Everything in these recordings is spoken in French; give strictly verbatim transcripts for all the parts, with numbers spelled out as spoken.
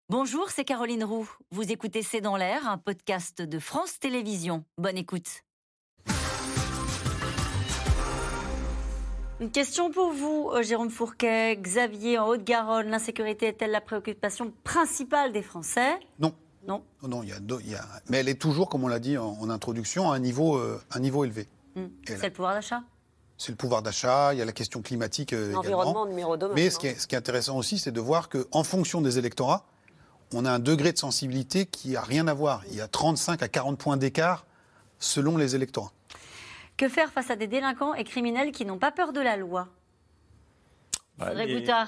Bonjour, c'est Caroline Roux. Vous écoutez C'est dans l'air, un podcast de France Télévisions. Bonne écoute. Une question pour vous, Jérôme Fourquet. Xavier, en Haute-Garonne, l'insécurité est-elle la préoccupation principale des Français ? Non. Non. Non, il y a deux, il y a... Mais elle est toujours, comme on l'a dit en, en introduction, à un niveau, euh, un niveau élevé. Mmh. C'est là, le pouvoir d'achat ? C'est le pouvoir d'achat, il y a la question climatique euh, L'environnement également. numéro deux. Mais ce qui, est, ce qui est intéressant aussi, c'est de voir qu'en fonction des électorats, on a un degré de sensibilité qui n'a rien à voir. Il y a trente-cinq à quarante points d'écart selon les électorats. Que faire face à des délinquants et criminels qui n'ont pas peur de la loi ? Audrey les... Goutard.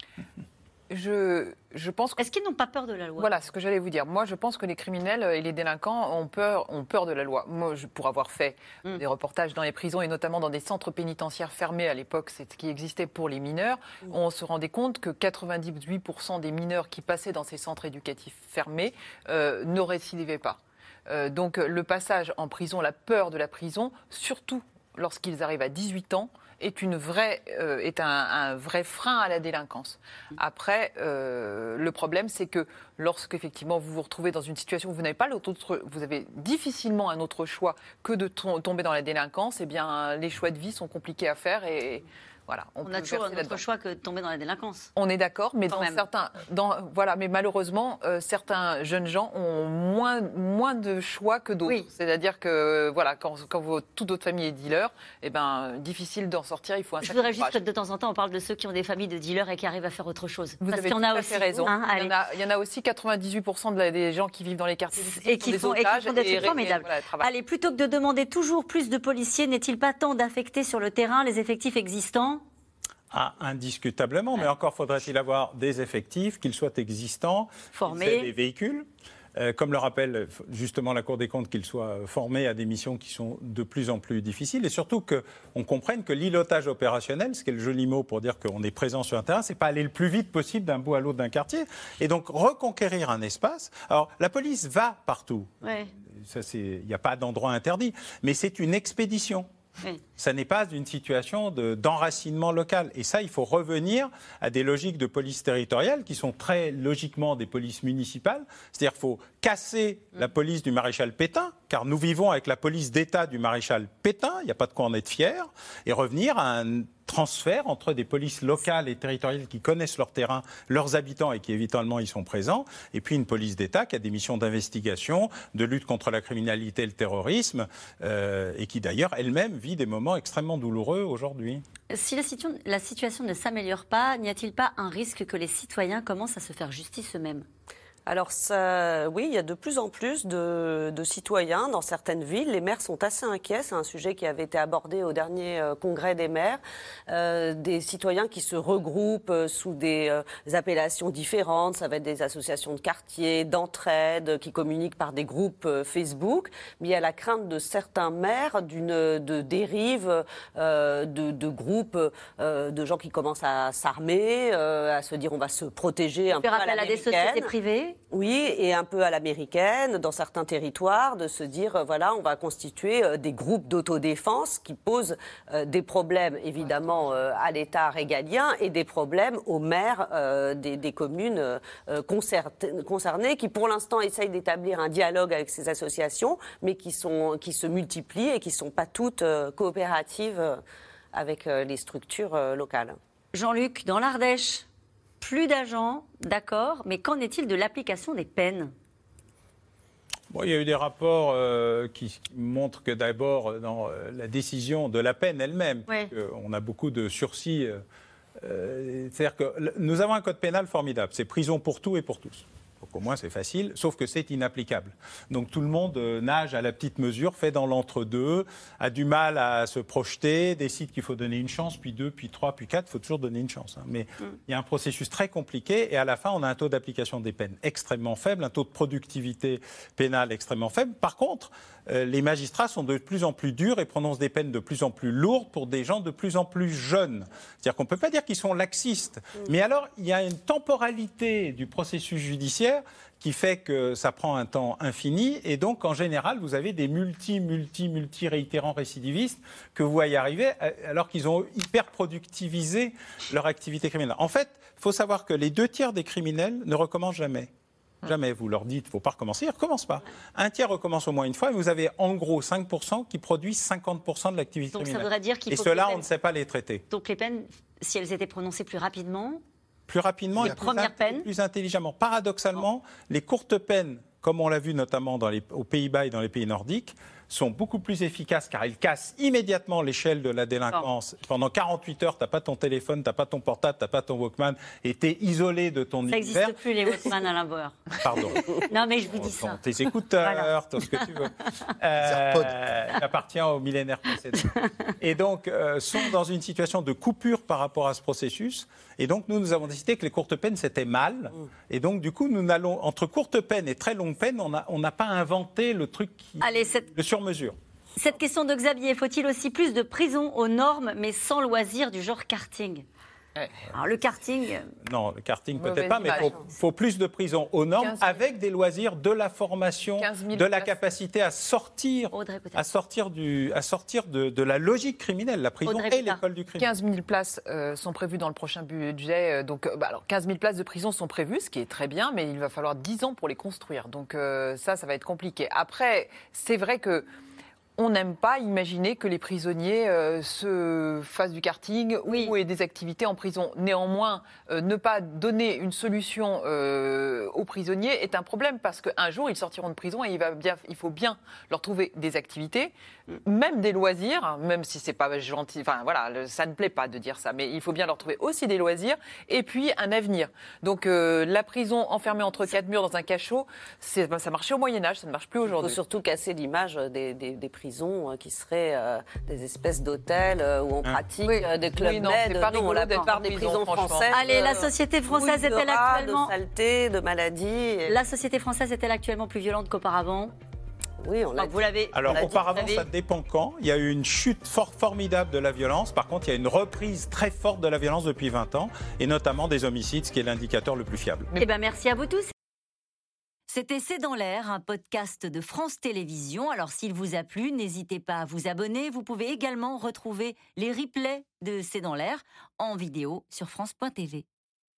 Je, je pense que... Est-ce qu'ils n'ont pas peur de la loi ? Voilà ce que j'allais vous dire. Moi, je pense que les criminels et les délinquants ont peur, ont peur de la loi. Moi, je, pour avoir fait mm. des reportages dans les prisons et notamment dans des centres pénitentiaires fermés à l'époque, c'est ce qui existait pour les mineurs, mm. on se rendait compte que quatre-vingt-dix-huit pour cent des mineurs qui passaient dans ces centres éducatifs fermés euh, ne récidivaient pas. Euh, donc le passage en prison, la peur de la prison, surtout lorsqu'ils arrivent à dix-huit ans, est, une vraie, euh, est un, un vrai frein à la délinquance. Après, euh, le problème, c'est que lorsque effectivement vous vous retrouvez dans une situation où vous n'avez pas l'autre, vous avez difficilement un autre choix que de tomber dans la délinquance, eh bien les choix de vie sont compliqués à faire et voilà. On, on a toujours un autre choix que de tomber dans la délinquance. On est d'accord, mais Quand dans même. certains, dans, voilà, mais malheureusement, euh, certains jeunes gens ont moins, moins de choix que d'autres. Oui. C'est-à-dire que voilà, quand, quand vous, toute votre famille est dealer, eh ben difficile d'en sortir. Il faut un. Je voudrais juste que de temps en temps on parle de ceux qui ont des familles de dealers et qui arrivent à faire autre chose. Vous Parce avez qu'il y en tout a à aussi. fait raison. Hein, il, y en a, il y en a aussi quatre-vingt-dix-huit pour cent de la, des gens qui vivent dans les quartiers et qui font, et qui font des trucs formidables. Voilà, allez, plutôt que de demander toujours plus de policiers, n'est-il pas temps d'affecter sur le terrain les effectifs existants ? Ah, indiscutablement, mais encore faudrait-il avoir des effectifs, qu'ils soient existants, formés, qu'ils aient des véhicules. Euh, comme le rappelle justement la Cour des comptes, qu'ils soient formés à des missions qui sont de plus en plus difficiles, et surtout qu'on comprenne que l'îlotage opérationnel, ce qui est le joli mot pour dire qu'on est présent sur un terrain, c'est pas aller le plus vite possible d'un bout à l'autre d'un quartier, et donc reconquérir un espace. Alors la police va partout, ouais. Ça, il n'y a pas d'endroit interdit, mais c'est une expédition. Oui. Ça n'est pas une situation de, d'enracinement local. Et ça, il faut revenir à des logiques de police territoriale qui sont très logiquement des polices municipales. C'est-à-dire qu'il faut casser mmh. la police du maréchal Pétain, car nous vivons avec la police d'État du maréchal Pétain, il n'y a pas de quoi en être fier, et revenir à un transfert entre des polices locales et territoriales qui connaissent leur terrain, leurs habitants et qui évidemment y sont présents, et puis une police d'État qui a des missions d'investigation, de lutte contre la criminalité et le terrorisme, euh, et qui d'ailleurs elle-même vit des moments extrêmement douloureux aujourd'hui. Si la, situ- la situation ne s'améliore pas, n'y a-t-il pas un risque que les citoyens commencent à se faire justice eux-mêmes ? Alors ça, oui, il y a de plus en plus de, de citoyens dans certaines villes. Les maires sont assez inquiets. C'est un sujet qui avait été abordé au dernier euh, congrès des maires. Euh, des citoyens qui se regroupent euh, sous des euh, appellations différentes. Ça va être des associations de quartier, d'entraide, qui communiquent par des groupes euh, Facebook. Mais il y a la crainte de certains maires d'une de dérive euh, de, de groupes euh, de gens qui commencent à s'armer, euh, à se dire on va se protéger un peu à l'américaine. À des sociétés privées. Oui, et un peu à l'américaine, dans certains territoires, de se dire, euh, voilà, on va constituer euh, des groupes d'autodéfense qui posent euh, des problèmes, évidemment, euh, à l'État régalien et des problèmes aux maires euh, des, des communes euh, concernées, qui, pour l'instant, essayent d'établir un dialogue avec ces associations, mais qui, sont, qui se multiplient et qui ne sont pas toutes euh, coopératives euh, avec euh, les structures euh, locales. Jean-Luc, dans l'Ardèche, plus d'agents, d'accord, mais qu'en est-il de l'application des peines ? Bon, il y a eu des rapports euh, qui, qui montrent que d'abord, dans euh, la décision de la peine elle-même, oui. on a beaucoup de sursis. Euh, euh, c'est-à-dire que nous avons un code pénal formidable, c'est prison pour tout et pour tous. Donc au moins c'est facile, sauf que c'est inapplicable. Donc tout le monde euh, nage à la petite mesure, fait dans l'entre-deux, a du mal à se projeter, décide qu'il faut donner une chance, puis deux, puis trois, puis quatre, il faut toujours donner une chance. Hein. Mais mm. il y a un processus très compliqué et à la fin on a un taux d'application des peines extrêmement faible, un taux de productivité pénale extrêmement faible. Par contre, euh, les magistrats sont de plus en plus durs et prononcent des peines de plus en plus lourdes pour des gens de plus en plus jeunes. C'est-à-dire qu'on ne peut pas dire qu'ils sont laxistes. Mm. Mais alors, il y a une temporalité du processus judiciaire qui fait que ça prend un temps infini et donc en général vous avez des multi, multi, multi réitérants récidivistes que vous voyez arriver alors qu'ils ont hyper productivisé leur activité criminelle. En fait, il faut savoir que les deux tiers des criminels ne recommencent jamais. Jamais. Vous leur dites, il ne faut pas recommencer, ils ne recommencent pas. Un tiers recommence au moins une fois et vous avez en gros cinq pour cent qui produisent cinquante pour cent de l'activité Donc criminelle. ça voudrait dire qu'il et faut ceux-là, que les on ne sait pas les traiter. Donc les peines, si elles étaient prononcées plus rapidement, plus rapidement les et plus, premières peines, plus intelligemment. Paradoxalement, les courtes peines, comme on l'a vu notamment dans les, aux Pays-Bas et dans les pays nordiques, sont beaucoup plus efficaces car ils cassent immédiatement l'échelle de la délinquance. Oh. Pendant quarante-huit heures, tu n'as pas ton téléphone, tu n'as pas ton portable, tu n'as pas ton Walkman et tu es isolé de ton ça univers. Ça n'existe plus les Walkman, Alain Bauer. Pardon. Non mais je vous ton, dis ça. Tes écouteurs, voilà. Tout ce que tu veux. Euh, appartient au millénaire précédent. Et donc, euh, sont dans une situation de coupure par rapport à ce processus. Et donc, nous, nous avons décidé que les courtes peines, c'était mal. Et donc, du coup, nous n'allons, entre courtes peines et très longues peines, on n'a on n'a pas inventé le truc qui, Allez, cette... le sur-mesure. Cette question de Xavier, faut-il aussi plus de prisons aux normes, mais sans loisirs du genre karting ? Ouais. Alors le karting... Non, le karting peut-être pas, mais il faut, faut plus de prisons aux normes avec des loisirs, de la formation, de la capacité à sortir, Audrey, à sortir, du, à sortir de, de la logique criminelle. La prison Audrey, est l'école du crime. quinze mille places euh, sont prévues dans le prochain budget. Donc, euh, bah, alors, quinze mille places de prison sont prévues, ce qui est très bien, mais il va falloir dix ans pour les construire. Donc euh, ça, ça va être compliqué. Après, c'est vrai que on n'aime pas imaginer que les prisonniers euh, se fassent du karting oui. ou aient des activités en prison. Néanmoins, euh, ne pas donner une solution euh, aux prisonniers est un problème parce qu'un jour, ils sortiront de prison et il, va bien, il faut bien leur trouver des activités, même des loisirs, même si c'est pas gentil. Enfin, voilà, ça ne plaît pas de dire ça, mais il faut bien leur trouver aussi des loisirs et puis un avenir. Donc, euh, la prison enfermée entre quatre murs dans un cachot, c'est, ça marchait au Moyen-Âge, ça ne marche plus aujourd'hui. Il faut surtout casser l'image des, des, des prisons qui seraient euh, des espèces d'hôtels euh, où on hein pratique oui. euh, des clubs oui, non, med. C'est pas non, la plupart des prisons françaises. Allez, la société française euh, est-elle de rats, actuellement de saleté, de maladies. Et... La société française est-elle actuellement plus violente qu'auparavant ? Oui, on l'a. Vous l'avez. Alors dit, auparavant, ça dépend quand. Il y a eu une chute fort formidable de la violence. Par contre, il y a une reprise très forte de la violence depuis vingt ans, et notamment des homicides, ce qui est l'indicateur le plus fiable. Eh bien, merci à vous tous. C'était C'est dans l'air, un podcast de France Télévisions. Alors s'il vous a plu, n'hésitez pas à vous abonner. Vous pouvez également retrouver les replays de C'est dans l'air en vidéo sur France point T V.